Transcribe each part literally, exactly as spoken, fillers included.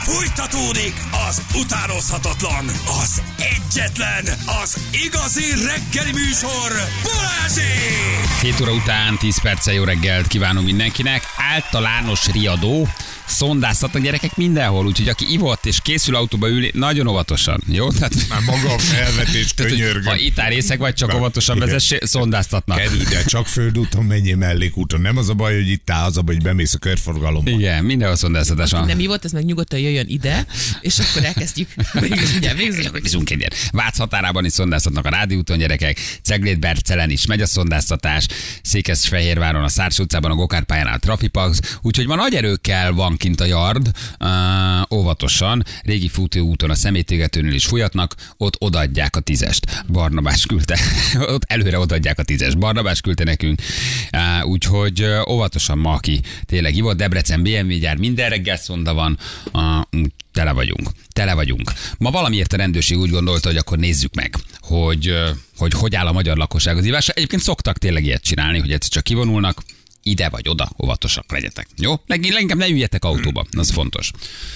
Fújtatódik az utánozhatatlan, az egyetlen, az igazi reggeli műsor, Balázsék! hét óra után tíz perccel jó reggelt kívánunk mindenkinek. Általános riadó, szondáztatnak gyerekek mindenhol, úgyhogy aki ivott és készül autóba ülni, nagyon óvatosan, jó? Tehát, már maga a felvetés könyörgöm. Ha itt áll részeg vagy, csak óvatosan vezessé, szondáztatnak. Kerülj, de csak földúton menjél mellékúton. Nem az a baj, hogy itt áll, az a baj, hogy bemész a körforgalomba. Igen, mindenhol szondáztatás van. Nem ivott, ez meg nyugodtan jöjjön ide, és akkor elkezdjük. Bízunk egyet. Vác határában is szondáztatnak a Rádiúton gyerekek, Cegléd-Bercelen is megy a szondáztatás, Székesfehérváron, a Szárs utcában, a Gokárpályán a Trafipax, úgyhogy ma nagy erőkkel van kint a yard, uh, óvatosan, régi futóúton a Szemétégetőnél is fújatnak, ott odaadják a tízest. Barnabás küldte, ott előre odaadják a tízest. Barnabás küldte nekünk, uh, úgyhogy uh, óvatosan ma, aki tényleg hívott, Debrecen bé em vé gyár, minden reggel szonda van, uh, tele vagyunk, tele vagyunk. Ma valamiért a rendőrség úgy gondolta, hogy akkor nézzük meg, hogy uh, hogy, hogy áll a magyar lakosság az ívásra. Egyébként szoktak tényleg ilyet csinálni, hogy egyszer csak kivonulnak, ide vagy oda, óvatosak legyetek. Jó? Leginkább ne üljetek autóba, az fontos.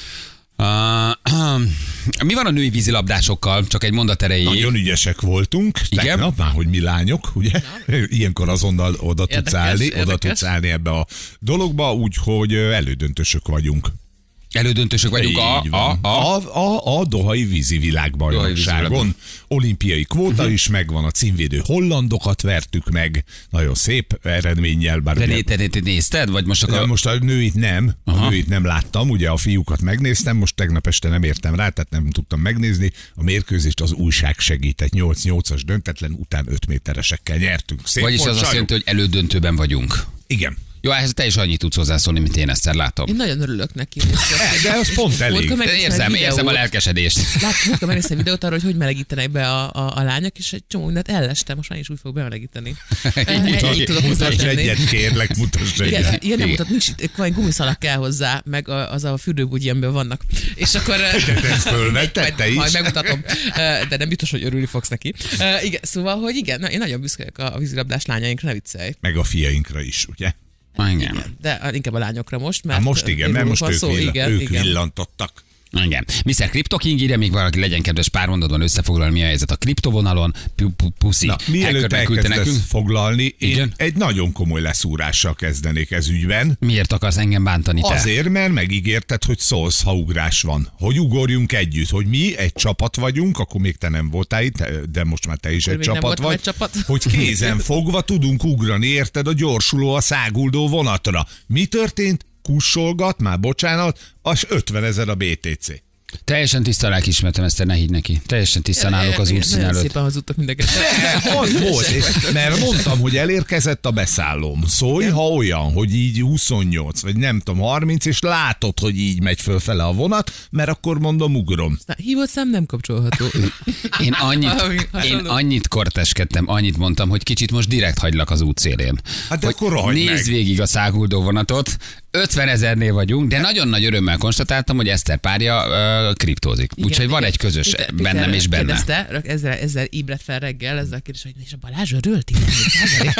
Uh, uh, mi van a női vízilabdásokkal? Csak egy mondat erejéig. Nagyon ügyesek voltunk. Igen? Tegnap már, hogy mi lányok, ugye? Ilyenkor azonnal oda tudsz Érdekes, állni, érdekes. oda tudsz állni ebbe a dologba, úgyhogy elődöntősök vagyunk. Elődöntősök vagyunk a, Így a, van. a, a, a, a Dohai vízi világbajnokságon. Olimpiai kvóta uh-huh. is megvan, a címvédő hollandokat vertük meg, nagyon szép eredménnyel. Bár de ugye, né, te, te, te nézted? Vagy most, de akar... most a nőit nem, Aha. a nőit nem láttam, ugye a fiúkat megnéztem, most tegnap este nem értem rá, tehát nem tudtam megnézni. A mérkőzést az újság segített, nyolc nyolcas döntetlen után öt méteresekkel nyertünk. Szép Vagyis volt, az azt sajnok. jelenti, hogy elődöntőben vagyunk. Igen. Jó, ehhez te is annyit tudsz hozzászólni, mint én ezt látom. Én nagyon örülök neki. De az pont elég. De érzem, érzem a lelkesedést. Láttam, megnéztem videót arról, hogy hogy melegítenek be a, a, a lányok, és egy csomó mindent ellestem, most már is úgy fog bemelegíteni. Ennyit tudok Mutasd hozzátenni. egyet, kérlek, mutasd Igen, egyet. ilyen nem mutat, nincs itt, vagy gumiszalag kell hozzá, meg a- az a fürdőbugyi, amiben vannak. És akkor... Te ezt fölvetted, te is? Majd megmutatom, de nem biztos, hogy örülni fogsz neki. Igen, szóval, hogy igen, na, én nagyon büszke vagyok a vízilabdás lányainkra, ne viccelj. Meg a fiainkra is, ugye? Igen. Igen, de inkább a lányokra most, mert... Hát most igen, mert most ők, szó, villan, igen, ők igen. villantottak. Igen. miszter Crypto King írja, még valaki legyen kedves pár mondatban összefoglalni, mi a helyzet a kriptovonalon. Puszi. Na, mielőtt elkezdesz foglalni, én Igen? egy nagyon komoly leszúrással kezdenék ez ügyben. Miért akarsz engem bántani te? Azért, mert megígérted, hogy szólsz, ha ugrás van. Hogy ugorjunk együtt, hogy mi egy csapat vagyunk, akkor még te nem voltál itt, de most már te is Akkor egy még nem csapat voltam vagy. egy csapat. Hogy kézen fogva tudunk ugrani, érted, a gyorsuló, a száguldó vonatra. Mi történt? Kussolgat, már bocsánat, az ötvenezer a bé té cé. Teljesen tiszta lelkiismeretem, ezt ne higgy neki. Teljesen tisztán állok az úrszín Nagyon előtt. szépen hazudtak mindenket. Az volt, és- mert mondtam, hogy elérkezett a beszállóm. Szólj, ha olyan, hogy így huszonnyolc, vagy nem tudom, harminc, és látod, hogy így megy fölfele a vonat, mert akkor mondom, ugrom. Na, hívott szám nem kapcsolható. Én annyit, Valami én hasonló. annyit korteskedtem, annyit mondtam, hogy kicsit most direkt hagylak az útszélén. Hát de Hogy akkor rohagy nézd meg. végig a száguldó vonatot, ötvenezernél vagyunk, de nagyon nagy örömmel konstatáltam, hogy Eszter párja uh, kriptózik. Úgyhogy van egy közös Péter- bennem Péter és benne. kérdezte, ezzel, ezzel ébredt fel reggel, ezzel a kérdés, hogy és a Balázs örül tizenhét százalék.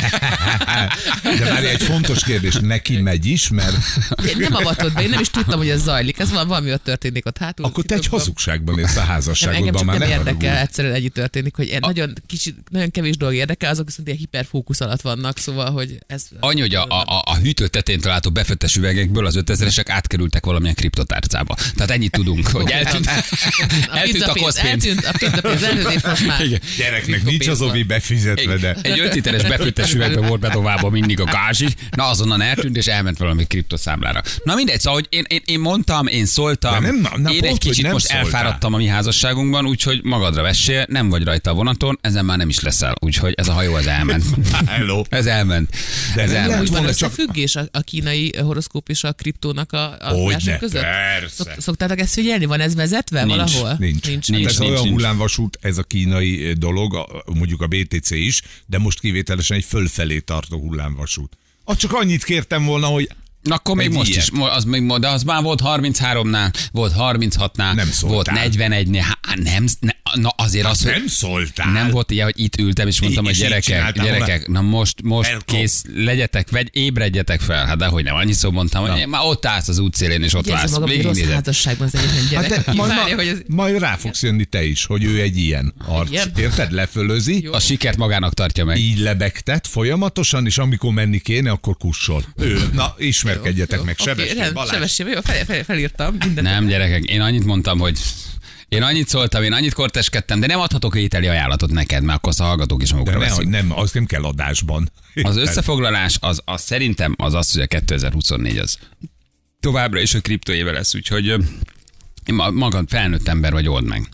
De már egy fontos kérdés, neki megy is, mert Nem avatott be, én nem is tudtam, hogy ez zajlik. Ez van, valami ott történik ott hátul. akkor te egy titokban. hazugságban élsz a Nem, engem házasságodban, csak már nem ne érdekel, haragudj. egyszerűen együtt történik, hogy nagyon, kicsit, nagyon kevés dolog érdekel, azok viszont ilyen hiperfókusz alatt vannak, szóval, hogy ez... Annyi, hogy a, a, a hűtő tetején található befettes üvegekből az ötezeresek átkerültek valamilyen kriptotárcába. Tehát ennyit tudunk, hogy eltűnt, eltűnt a pizzapénz, koszpénz. eltűnt a pizzapénz, eltűnt most már. Igen. Gyereknek nincs az ovi befizetve, de... Egy öt literes befőttes üvegbe volt bedobálva mindig a gázsi, na azonnal eltűnt, és elment valami kriptoszámlára. Na mindegy, szóval, hogy én, én, én mondtam, én szóltam, De nem, na, na, én pont, egy hogy kicsit nem most szóltál. elfáradtam a mi házasságunkban, úgyhogy magadra vessél, nem vagy rajta a vonaton, ezen már nem is leszel, úgyhogy ez a hajó, ez elment. Hello. Ez elment. De ez nem elment. lehet Úgy van volna csak- összefüggés a, a kínai horoszkóp és a kriptónak a, a Hogyne, mások között? persze. Szok, szoktátok ezt figyelni? Van ez vezetve Nincs, valahol? Nincs. Nincs. Nincs. ez olyan nincs. hullámvasút, ez a kínai dolog, a- mondjuk a bé té cé is, de most kivételesen egy fölfelé tartó hullámvasút. Ah, csak annyit kértem volna, hogy Na akkor még Egy most ilyet. is, mo- az még, mo- de az már volt harmincháromnál, volt harminchatnál, Nem volt szóltál. negyvenegynél, hát nem, ne, Na azért az, hogy Nem szóltál. nem volt ilyen, hogy itt ültem, és mondtam, Így- hogy és így gyerekek, csináltam gyerekek, na most, most Elkom. kész, legyetek, vegy, ébredjetek fel. Hát dehogy nem, annyi szó mondtam, hogy én már ott állsz az útszélén, és ott Érzem vársz. magam, hogy rossz Végignézed. házasságban az egyetlen gyerek. Hát de aki majd, várja, ma, hogy az... majd rá fogsz jönni te is, hogy ő egy ilyen arc. Igen? Érted? Lefölözi, Jó. A sikert magának tartja meg. így lebegtet folyamatosan, és amikor menni kéne, akkor kussol. Ő, na, ismerkedjetek Jó, meg. oké, Sebestyén nem, Balázs. Sebestyén, jó, fel, fel, felírtam mindent. Nem, gyerekek, én annyit mondtam, hogy én annyit szóltam, én annyit korteskedtem, de nem adhatok ételi ajánlatot neked, mert akkor a hallgatók is De magukra ne, veszik. nem, az nem kell adásban. Az összefoglalás, az, az szerintem az az, hogy a kétezer-huszonnégy az továbbra is a kriptoéve lesz, úgyhogy ö, én ma- magad felnőtt ember vagy, old meg.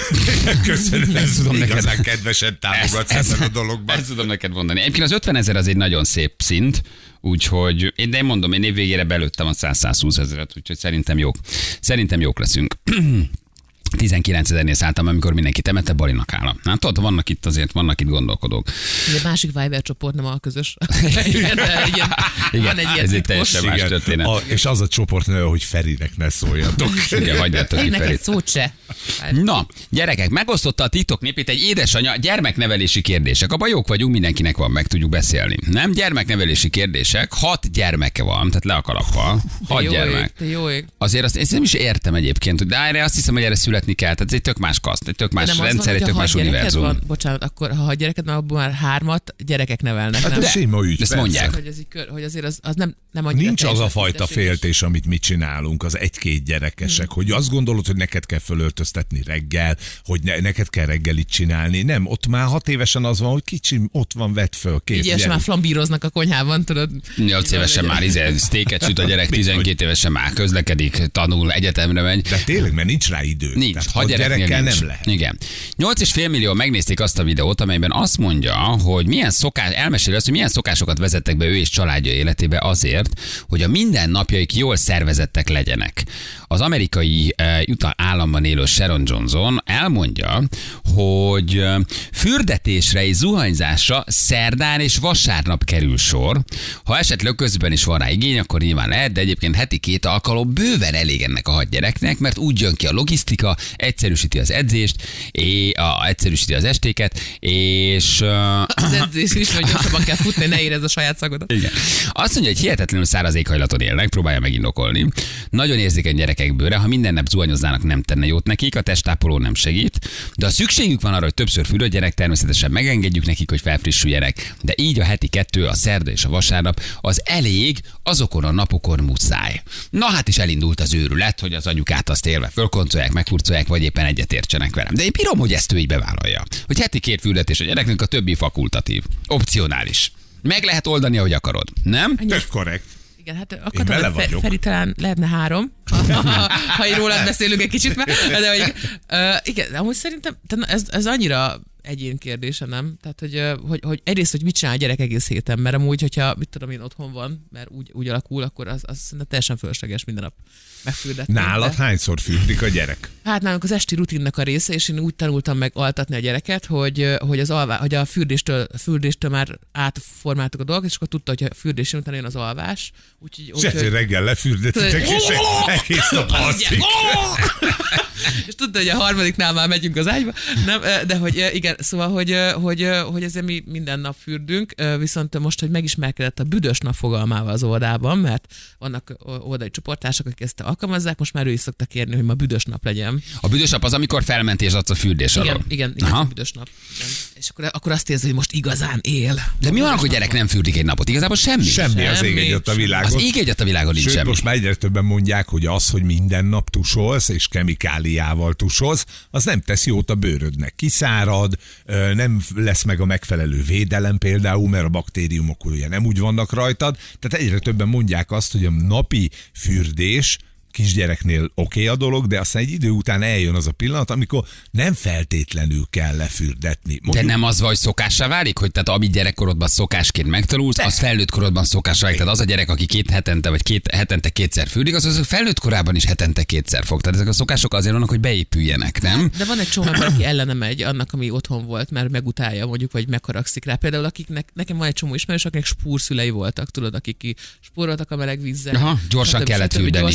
Köszönöm, Ezt tudom neked. igazán kedvesen támogatsz Ezt- ebben a dologban. Ezt tudom neked mondani. Egyébként az ötven ezer az egy nagyon szép szint, úgyhogy én, de én mondom, én évvégére belőttem a száz-százhúsz ezeret, úgyhogy szerintem jók. Szerintem jók leszünk. tizenkilenc ezernél szálltam, amikor mindenki temette, Balinak állam. Hát tudod, vannak itt azért, vannak itt gondolkodók. Ugye a másik Viber csoport nem a közös. Igen, de ilyen, Igen, van egy ilyen ez egy titkos. teljesen más Igen. történet. A, és az a csoport neve, hogy Ferinek ne szóljatok. Igen, hagyjátok Én ki neked Ferit. szót se. Na, gyerekek, megosztotta a TikTok népét egy édesanyja gyermeknevelési kérdések. Abban jók vagyunk, mindenkinek van, meg tudjuk beszélni. Nem gyermeknevelési kérdések, hat gyermeke van, tehát le a kalappal. Hat Jó gyermek. ég, te jó ég. Azért azt én nem is értem egyébként, de erre azt hiszem, hogy erre születni kell. Tehát ez egy tök más kaszt, egy tök más De nem az rendszer, van, egy tök hogyha más hat gyereked univerzum. van, bocsánat, akkor ha hat gyereked van, abból már hármat gyerekek nevelnek. Hát nem? ez sima ügy. Ezt persze. mondják. Hogy, ez így, kör- hogy azért az, az nem, nem annyira Nincs az a teljesen fajta tisztességes. féltés, amit mi csinálunk, az egy-két gyerekesek, Hmm. hogy azt gondolod, hogy neked kell fölöltöztetni reggel, hogy ne, neked kell reggelit csinálni. Nem, ott már hat évesen az van, hogy kicsim, ott van, vedd föl, kész. Így gyere. már flambíroznak a konyhában, tudod. nyolc évesen már izé, sztéket süt a gyerek, tizenkét évesen már közlekedik, tanul, egyetemre megy. De tényleg, mert nincs rá idő. Nincs, Tehát ha hat gyereknél gyerekkel nincs. nem lehet. Igen. nyolc és fél millió megnézték azt a videót, amelyben azt mondja, hogy milyen szokás, elmeséli azt, hogy milyen szokásokat vezettek be ő és családja életébe azért, hogy a mindennapjaik jól szervezettek legyenek. Az amerikai uh, Utah államban élő Sharon Johnson elmondja, hogy uh, fürdetésre és zuhanyzásra szerdán és vasárnap kerül sor. Ha esetleg közben is van rá igény, akkor nyilván lehet, de egyébként heti két alkalom bőven elég ennek a hat gyereknek, mert úgy jön ki a logisztika, egyszerűsíti az edzést, és a, egyszerűsíti az estéket, és uh, Az edzés is, hogy gyorsabban kell futni, ne érezd a saját szagodat. igen. Azt mondja, hogy hihetetlenül száraz éghajlaton élnek, próbálja megindokolni. Nagyon érzékeny gyerekek bőre, ha minden nap zuhanyoznának, nem tenne jót nekik, a testápoló nem segít, de ha szükségük van arra, hogy többször füröd gyerek, természetesen megengedjük nekik, hogy felfrissüljenek, de így a heti kettő, a szerda és a vasárnap az elég, azokon a napokon muszáj. Na hát is elindult az őrület, hogy az anyukát azt élve fölkoncolják, megfurcolják, vagy éppen egyetértsenek velem. De én bírom, hogy ezt ő így bevállalja. Hogy heti két fürdetés a gyereknek, a többi fakultatív, opcionális. Meg lehet oldani, ahogy akarod. Nem? Tök korrekt. Igen, hát bele akartam, hogy Fe- vagyok. Feri talán lehetne három, ha, ha így rólad beszélünk egy kicsit már. De hogy, uh, igen, amúgy szerintem tehát ez, ez annyira egyén kérdése, nem? Tehát, hogy, ö, hogy, hogy egyrészt, hogy mit csinál a gyerek egész héten, mert amúgy, hogyha mit tudom én otthon van, mert úgy, úgy alakul, akkor az, az szerintem teljesen fölösleges minden nap megfürdetni. Nálad De- hányszor fürdik a gyerek? Hát nálunk az esti rutinnak a része, és én úgy tanultam meg altatni a gyereket, hogy, hogy, az alvá, hogy a fürdéstől, fürdéstől már átformáltuk a dolgot, és akkor tudta, hogy a fürdés után jön az alvás. Úgyhogy, Se, hogy úgyhogy, reggel lefürdetitek, és egész nap alszik. és tudta, hogy a harmadiknál már megyünk az ágyba. Nem, de hogy igen, szóval, hogy, hogy, hogy ezért mi minden nap fürdünk, viszont most, hogy megismerkedett a büdös nap fogalmával az oldalban, mert vannak oldali csoportársak, akik ezt alkalmazzák, most már ő is szokta kérni, hogy ma büdös nap legyen. A büdös nap az, amikor felmentés adsz a fürdés alól. Igen, igen, igen, Aha. a büdös nap. Igen. És akkor, akkor azt érzi, hogy most igazán él. De mi van, hogy gyerek nem fürdik egy napot? Igazából semmi. Semmi az ég Semmi. egyet a világon. Az ég egyet a világon nincs Sőt, semmi. most már egyre többen mondják, hogy az, hogy minden nap tusolsz, és kemikáliával tusolsz, az nem tesz jót a bőrödnek. Kiszárad, ö, nem lesz meg a megfelelő védelem például, mert a baktériumok ugye nem úgy vannak rajtad. Tehát egyre többen mondják azt, hogy a napi fürdés kisgyereknél oké okay a dolog, de aztán egy idő után eljön az a pillanat, amikor nem feltétlenül kell lefürdetni. De Mondjuk, nem az vagy szokássá válik, hogy tehát amit gyerekkorodban szokásként megtanulsz, az felnőtt korodban szokássá válik. Tehát az a gyerek, aki két hetente vagy két hetente kétszer fürdik, az, az felnőtt korában is hetente kétszer fog. Tehát ezek a szokások azért vannak, hogy beépüljenek, nem? De van egy csomó ember, aki ellene megy annak, ami otthon volt, mert megutálja mondjuk, vagy megharagszik rá. Például akiknek, nekem van egy csomó ismerős, akiknek spúrszülei voltak, tudod, akik ki spóroltak a meleg vízzel. Aha, gyorsan stb. kellett stb. fürdeni, Gyorsan matrózul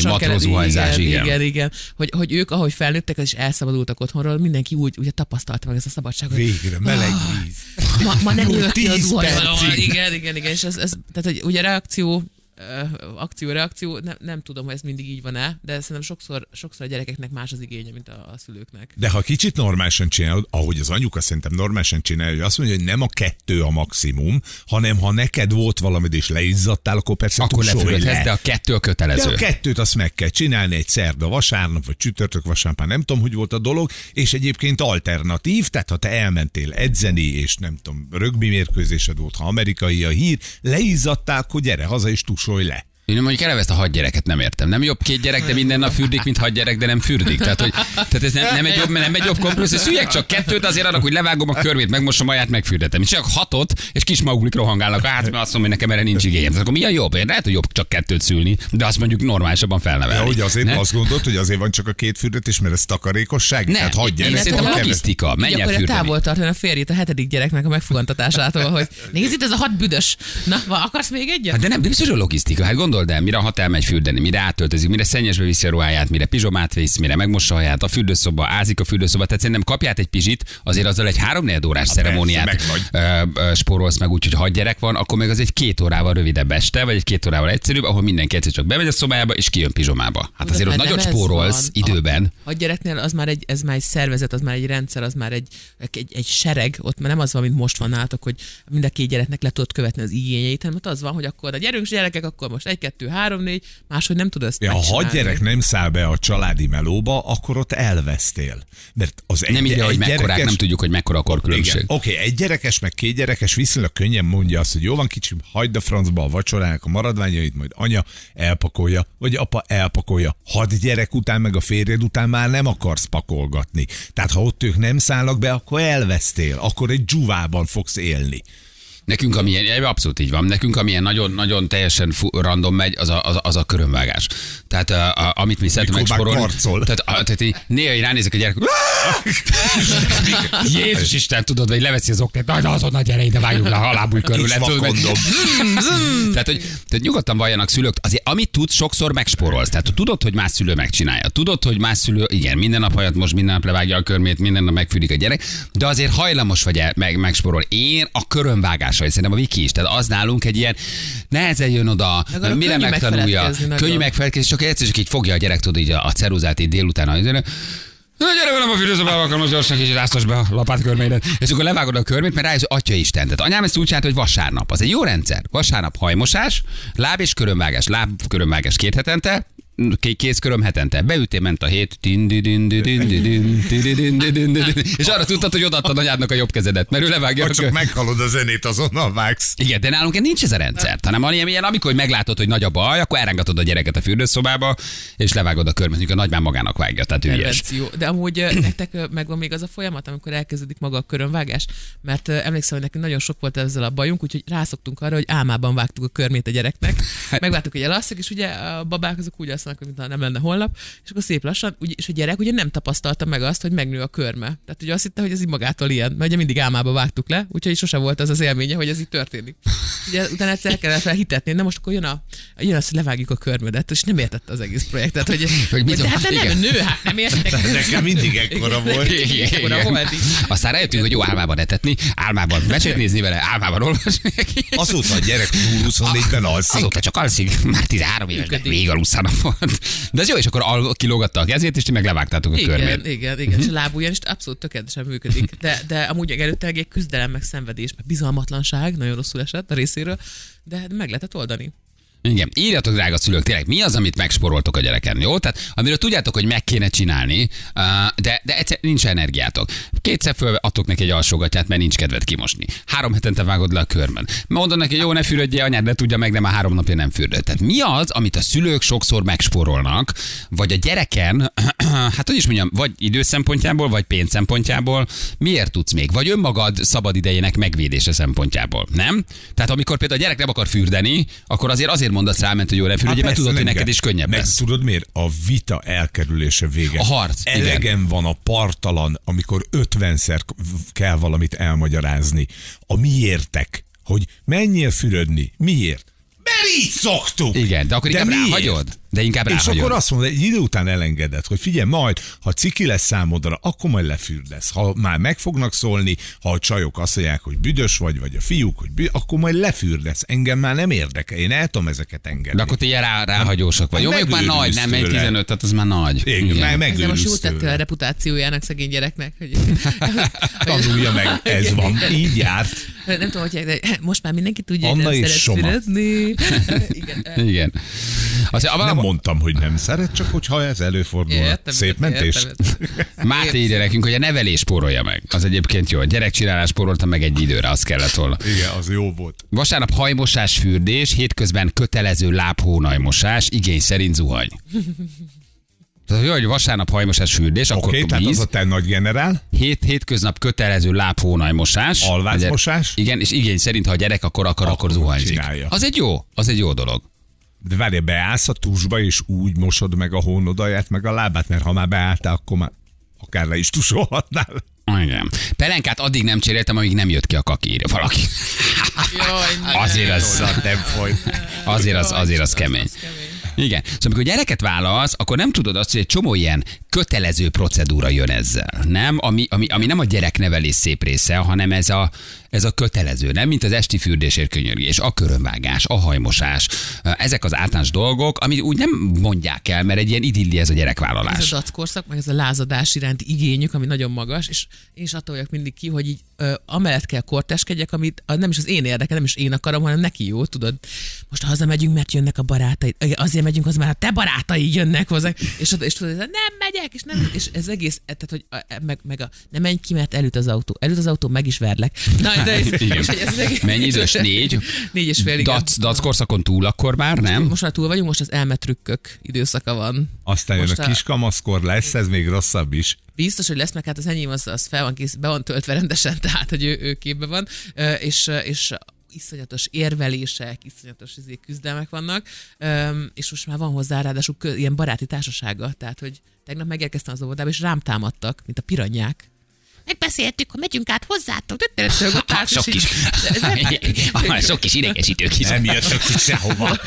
zuhanyzás, igen. Igen, igen, igen. Hogy, hogy ők, ahogy felnőttek, és elszabadultak otthonról, mindenki úgy ugye tapasztalta meg ezt a szabadságot. Végre, meleg víz. Ma, ma nem ülök ki a tíz zuhanyzóval. percig. Igen, igen, igen. És ez, ez, tehát, hogy ugye reakció, akció-reakció, nem, nem tudom, hogy ez mindig így van-e, de szerintem sokszor, sokszor a gyerekeknek más az igénye, mint a, a szülőknek. De ha kicsit normálisan csinálod, ahogy az anyuka szerintem normálisan csinálja, hogy azt mondja, hogy nem a kettő a maximum, hanem ha neked volt valamid és leizzadtál, akkor persze Akkor tusolj lefürödhetsz, le. de a kettő a kötelező. De a kettőt azt meg kell csinálni egy szerda vasárnap, vagy csütörtök vasárnap, nem tudom, hogy volt a dolog, és egyébként alternatív, tehát ha te elmentél edzeni, és nem tudom, rögbi mérkőzésed volt, ha amerikai a hír, leizzadtál, akkor gyere haza és tusolj le. Én mondjuk eleve ezt a hat gyereket nem értem. Nem jobb két gyerek, de minden nap fürdik, mint hat gyerek, de nem fürdik. Tehát, hogy, tehát ez nem, nem, egy jobb, nem egy jobb kompromisszum. Szüljek csak kettőt, azért annak, hogy levágom a körmét, megmosom aját, megfürdetem. És csak hatot, és kis maguklik rohangálnak. Hát, mert azt mondom, hogy nekem erre nincs igényem. Tehát akkor mi a jobb? Én lehet, hogy jobb csak kettőt szülni, de azt mondjuk normálisabban felnevelni. Ja, hogy azért ne? azt gondolt, hogy azért van csak a két fürdetés, mert ez takarékosság? Nem, Tehát hadd én gyerek, szerintem van logisztika. Így Menj el akarja fürdeni. távol tartani a férjét a hetedik gyereknek a megfogantatásától, hogy nézd itt, ez a hat büdös. Na, va, akarsz még egyet? Hát de nem, biztos a logisztika. Hát gondold el, mire a hat elmegy fürdeni, mire átöltözik, mire szennyesbe viszi a ruháját, mire pizsomát visz, mire megmossa a haját, a fürdőszoba, ázik a fürdőszoba. Tehát szerintem kapját egy pizsit, azért azzal egy három-négy órás ceremóniát persze, ö, ö, spórolsz meg úgy, hogy hat gyerek van, akkor meg az egy két órával rövidebb este, vagy egy két órával egyszerűbb, ahol mindenki egyszer csak bemegy a szobájába és kijön pizsomába. Hát azért ott Hát nagyot nem ez spórolsz van. időben. A, a gyereknél az már egy, ez már egy szervezet, az már egy rendszer, az már egy, egy, egy sereg, ott már nem az van, mint most van nálatok, hogy mind a két gyereknek le tudod követni az igényeit, hanem ott az van, hogy akkor a gyerünk gyerekek, akkor most egy, kettő, három, négy, máshogy nem tudod ezt Ja, ha megcsinálni. hat gyerek nem száll be a családi melóba, akkor ott elvesztél. Mert az egy, Nem ide, hogy egy mekkorák, gyerekes... nem tudjuk, hogy mekkora a korkülönbség. Igen. Oké, okay, egy gyerekes, meg két gyerekes viszonylag könnyen mondja azt, hogy jó van kicsim, hagyd a francba a vacsorának a maradványait, majd anya elpakolja, vagy apa elpakolja. Hat gyerek után, meg a férjed után már nem akarsz pakolgatni. Tehát ha ott ők nem szállnak be, akkor elvesztél, akkor egy dzsuvában fogsz élni. Nekünk, amilyen, abszolút így van, nekünk amilyen nagyon, nagyon teljesen fu- random megy, az a, az a, az a körömvágás. Tehát a, a, amit mi szeretünk Mikor már megsporolni. karcol. Tehát, a, tehát így, néha így ránézek a gyerek, Jézus Isten, tudod, vagy leveszi az oknát, na azonnal gyere ide, vágjuk le a halábúj körül. Kis vakondom. Tehát, hogy tehát nyugodtan valljanak szülők, azért amit tudsz, sokszor megspórolsz. Tehát tudod, hogy más szülő megcsinálja. Tudod, hogy más szülő, igen, minden nap hajat most, minden nap levágja a körmét, minden nap megfűrik a gyerek, de azért hajlamos vagy el, meg, megspórol. Én a körömvágásai, szerintem a Viki is. Tehát az nálunk egy ilyen, nehezen jön oda, arra mire könnyű megtanulja, megfeledkezni nagyon. könnyű megfelelkezni, csak egyszer csak így fogja a gyerek, tudod, így a, a ceruzát így délután, hogy na gyere velem a fürdőszobába, akkor most gyorsan kicsit áztass be a lapátkörmédet. És akkor levágod a körmét, mert rájössz, hogy atya Isten. Tehát anyám ezt úgy csinálta, hogy vasárnap. Az egy jó rendszer. Vasárnap hajmosás, láb és körömvágás, láb körömvágás két hetente, kész köröm hetente. Beütél, ment a hét, és arra tudtad, hogy odaadtad anyádnak a jobb kezedet, mert ő levágja Ha a csak kör... meghalod a zenét, azonnal vágsz. Igen, de nálunk nincs ez a rendszer, hanem van ilyen, ilyen, amikor meglátod, hogy nagy a baj, akkor elrángatod a gyereket a fürdőszobába, és levágod a körmet, mondjuk a nagymám magának vágja, tehát ügyes. Intervenció. De amúgy ö, nektek ö, megvan még az a folyamat, amikor elkezdődik maga a körömvágás, mert ö, emlékszem, hogy nekünk nagyon sok volt ezzel a bajunk, úgyhogy rászoktunk arra, hogy álmában vágtuk a körmét a gyereknek. Megvártuk, hogy elasszik, és ugye a babák azok úgy alszanak, mintha nem lenne holnap, és akkor szép lassan, úgy, és a gyerek ugye nem tapasztalta meg azt, hogy megnő a körme. Tehát ugye azt hitte, hogy ez így magától ilyen, mert ugye mindig álmába vágtuk le, úgyhogy sose volt az az élménye, hogy ez így történik. Ugye utána egyszer el kellett felhitetni, de most akkor jön, a, jön az, hogy levágjuk a körmödet, és nem értette az egész projektet, hogy, Hogy mit de hát van? nem Igen. nő, hát nem értek. Nekem mindig ekkora volt. Ekkora volt így. Aztán rájöttünk, hogy jó álmában etetni, álmában mesét nézni vele, álmában olvasni neki. Azóta a gyerek nulla huszonnégyben alszik. Azóta csak alszik, már tizenhárom éves, de még alusszanak volt. De ez jó, és akkor al- kilógatta a kezét, és ti meg levágtátok a Igen, körmét. igen, igen, és a lábujjan is abszolút tökéletesen működik. De, de amúgy előtte egy küzdelem, meg szenvedés, meg bizalmatlanság, nagyon rosszul esett a részéről, de meg lehetett oldani. Igen, írjatok, drága szülők, tényleg, mi az, amit megsporoltok a gyereken, jó? Tehát amiről tudjátok, hogy meg kéne csinálni, de, de egyszer nincs energiátok. Kétszer föladtok neki egy alsógatját, mert nincs kedved kimosni. Három hetente vágod le a körmön. Mondod neki, jó, ne fürödjél, anyád ne tudja meg, de már három napja nem fürdött. Tehát mi az, amit a szülők sokszor megsporolnak, vagy a gyereken, hát hogy is mondjam, vagy idő szempontjából, vagy pénz szempontjából, miért tudsz még? Vagy önmagad szabad idejének megvédése szempontjából, nem? Tehát amikor például a gyerek nem akar fürdeni, akkor azért azért mondasz rá, mert hogy jó, ne fürdjél, mert tudod, hogy neked is könnyebb meg lesz. Tudod miért? A vita elkerülése vége. A harc, Elegem igen. van a partalan, amikor ötvenszer kell valamit elmagyarázni. A miértek, hogy menjél fürödni. Miért? Mert így szoktuk. Igen, de akkor inkább miért? ráhagyod? De inkább És ráhagyod. akkor azt mondod, egy idő után elengeded, hogy figyelj, majd, ha ciki lesz számodra, akkor majd lefürdesz. Ha már meg fognak szólni, ha a csajok azt mondják, hogy büdös vagy, vagy a fiúk, hogy büdös, akkor majd lefürdesz. Engem már nem érdekel, én el tudom ezeket engedni. De akkor ti ilyen rá, ráhagyósak vagy. Jó, még már nagy, nem, egy tizenöt, tehát az már nagy. Igen, Igen. már Ez megőrülsz most jót tett tőle. a reputációjának szegény gyereknek. Hogy... Tanulja meg, ez van, így járt. Nem tudom, hogy de most már mindenki tudja, hogy Anna nem és szeret Soma. szeretni. Igen. Igen. Azt, Nem mondtam, hogy nem szeret, csak hogyha ez előfordul. Értem, Szép mentés. értem. Máté írja nekünk, hogy a nevelés spórolja meg. Az egyébként jó. A gyerekcsinálás spórolta meg egy időre, az kellett volna. Igen, az jó volt. Vasárnap hajmosás, fürdés, hétközben kötelező lábhónajmosás, igény szerint zuhany. Tehát, jó, hogy vasárnap hajmosás, fürdés, Oké, akkor okay, tehát víz. az a te nagy generál. Hét, hétköznap kötelező lábhónajmosás. Alvázmosás. Igen, és igény szerint, ha a gyerek akar, akar, akkor, Akkor zuhanyzik. csinálja. Az egy jó, az egy jó dolog. De várj, beállsz a tusba, és úgy mosod meg a hónodaját, meg a lábát, mert ha már beálltál, akkor már akár le is tusolhatnál. Igen. Pelenkát addig nem cseréltem, amíg nem jött ki a kaki, írja valaki. Jaj, ne. Azért az, Nem folyt. azért az, azért az kemény. Az kemény. Igen. Szóval amikor gyereket válasz, akkor nem tudod azt, hogy egy csomó ilyen kötelező procedúra jön ezzel. Nem? Ami, ami, ami nem a gyereknevelés szép része, hanem ez a, ez a kötelező, nem? Mint az esti fürdésért könyörgés, a körömvágás, a hajmosás. Ezek az általános dolgok, amit úgy nem mondják el, mert egy ilyen idilli ez a gyerekvállalás. Ez a dackorszak, meg ez a lázadás iránti igényük, ami nagyon magas, és én is attól vagyok mindig ki, hogy így ö, amellett kell korteskedjek, amit a, nem is az én érdeke, nem is én akarom, hanem neki jó, tudod. Most hazamegyünk, mert jönnek a barátaid. Azért megyünk hozzá, mert a te barátaid jönnek hozzá. És, és tudod, nem megyek, és nem, és ez egész, tehát, hogy a, meg, meg a, nem menj ki, mert előtt az autó. Előtt az autó, meg is verlek. Na, de ez, Igen. és, hogy ez egész, Mennyi idős? Négy? Négy és fél, igen. Dac, dac korszakon túl akkor már, nem? Most már túl vagyunk, most az elmetrükkök időszaka van. Aztán jön Most a a- kiskamaszkor, lesz ez még rosszabb is. Biztos, hogy lesz, meg hát az enyém az, az fel van kész, be van töltve rendesen, tehát, hogy ő, ő képbe van, Ö, és, és iszonyatos érvelések, iszonyatos izé, küzdelmek vannak, Öm, és most már van hozzá ráadásul kö, ilyen baráti társasága, tehát, hogy tegnap megérkeztem az óvodába, és rám támadtak, mint a piranyák. Megbeszéltük, hogy megyünk át hozzátok. Ha, sok kis, ha, sok kis idegesítő kis. Nem jöttök ki sehova.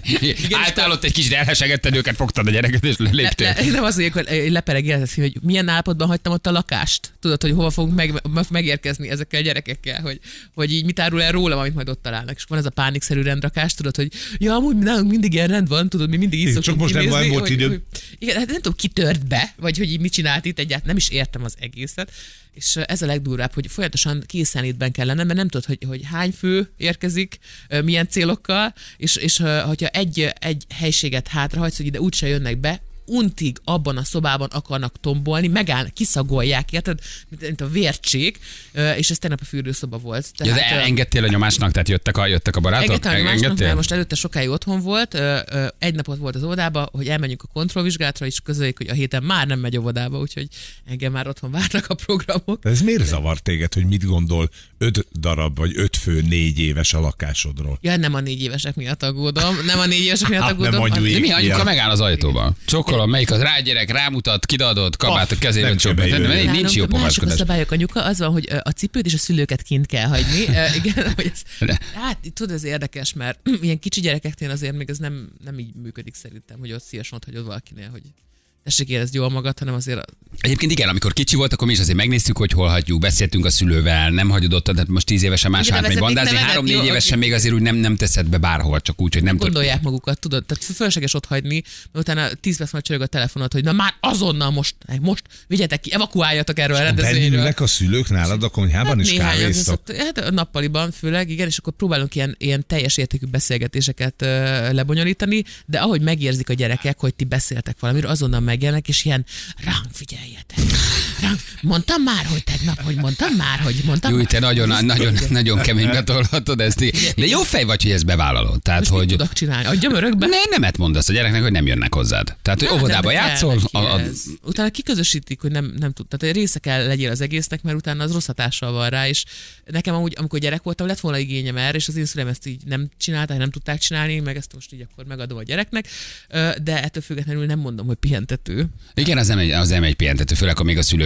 Álltál ott egy kis elhesegetted őket, fogtad a gyereket, és léptél. Ne, nem az, hogy lepereg életet, hogy milyen állapotban hagytam ott a lakást. Tudod, hogy hova fogunk meg, megérkezni ezekkel a gyerekekkel, hogy, hogy így mit árul el rólam, amit majd ott találnak. És van ez a pánikszerű rendrakás, tudod, hogy ja, amúgy nálunk mindig ilyen rend van, tudod, mi mindig így Csak szoktunk most nem kinézni, volt hogy- idő. hogy- Igen, hát nem tudom, ki tört be, vagy hogy így mit csinált itt egyáltalán, nem is értem az egészet. És ez a legdurvább, hogy folyamatosan készenlétben kell lennem, mert nem tudod, hogy, hogy hány fő érkezik, milyen célokkal, és, és hogyha egy, egy helységet hátrahagysz, hogy ide úgyse jönnek be, untig abban a szobában akarnak tombolni, megállnak, kiszagolják, érted? Mint, mint a vércsék, és ez tegnap a fürdőszoba volt. Ja, de engedtél a nyomásnak, tehát jöttek a, jöttek a barátok? Engedtem a másnak, mert most előtte sokáig otthon volt, ö, ö, egy napot volt az óvodába, hogy elmenjünk a kontrollvizsgálatra, és közöljük, hogy a héten már nem megy óvodába, úgyhogy engem már otthon várnak a programok. De ez miért zavar téged, hogy mit gondol öt darab, vagy öt fő négy éves a lakásodról? Ja, nem a négy évesek miatt aggódom, nem a négy évesek miatt Hát, aggódom. nem mondjuk De így. mi anyuka Ja. megáll az ajtóban? Csokolom, melyik az rágyerek, rámutat, kidaadod, kabát a Paf, kezébe nem csöpönt. kell bejönni. Nincs jó Nálunk mások a pogaskodás. szabályok, anyuka, az van, hogy ö, a cipőt és a szülőket kint kell hagyni. Ö, igen, hogy ez, De- hát tudod, ez érdekes, mert ilyen kicsi gyerekeknél azért még ez nem, nem így működik szerintem, hogy ott szívesen ott hagyod valakinél, hogy tessék érezd jól magad, hanem azért a- Egyébként igen, amikor kicsi volt, akkor mi is azért megnéztük, hogy hol hagyjuk, beszéltünk a szülővel, nem hagyod ott, tehát most tíz évesen más Igen, hát még nevezetik bandázni, nevezet, három-négy jó, évesen oké. még azért úgy nem, nem teszed be bárhol, csak úgy, hogy nem tudod. gondolják magukat, tudod, tehát fölösleges ott hagyni, mert utána tíz perc majd csörög a telefonot, hogy na már azonnal most, most vigyetek ki, evakuáljatok erről a rendezvényről. Belülnek a szülők nálad a konyhában is néhányan kávéztok? viszont- Hát a nappaliban főleg, igen, és akkor próbálunk ilyen, ilyen teljes értékű beszélgetéseket ö, lebonyolítani, de ahogy megérzik a gyerekek, hogy ti beszéltek valamiről, azonnal megjelennek, és ilyen ránk figyeljetek. Ránk. Mondtam már, hogy tegnap, hogy mondtam már, hogy mondtam Jó, már. te nagyon, Ez- nagyon, nagyon keménybe tolhatod ezt. De jó fej vagy, hogy ezt bevállalod. Tehát, Most mit hogy tudok csinálni? Adjam örökbe? ne, nemet mondasz a gyereknek, hogy nem jönnek hozzád. Tehát, hogy Nem, óvodába nem, de kell játszol, neki a, a, ez. Utána kiközösítik, hogy nem, nem tud. Tehát része kell legyél az egésznek, mert utána az rossz hatással van rá, és nekem amúgy, amikor gyerek voltam, lett volna igényem erre, és az én szüleim ezt így nem csinálták, nem tudták csinálni, meg ezt most így akkor megadom a gyereknek, Ö, de ettől függetlenül nem mondom, hogy pihentető. igen, az nem egy, az nem egy pihentető, főleg, ha még a szülők is ott ülnek.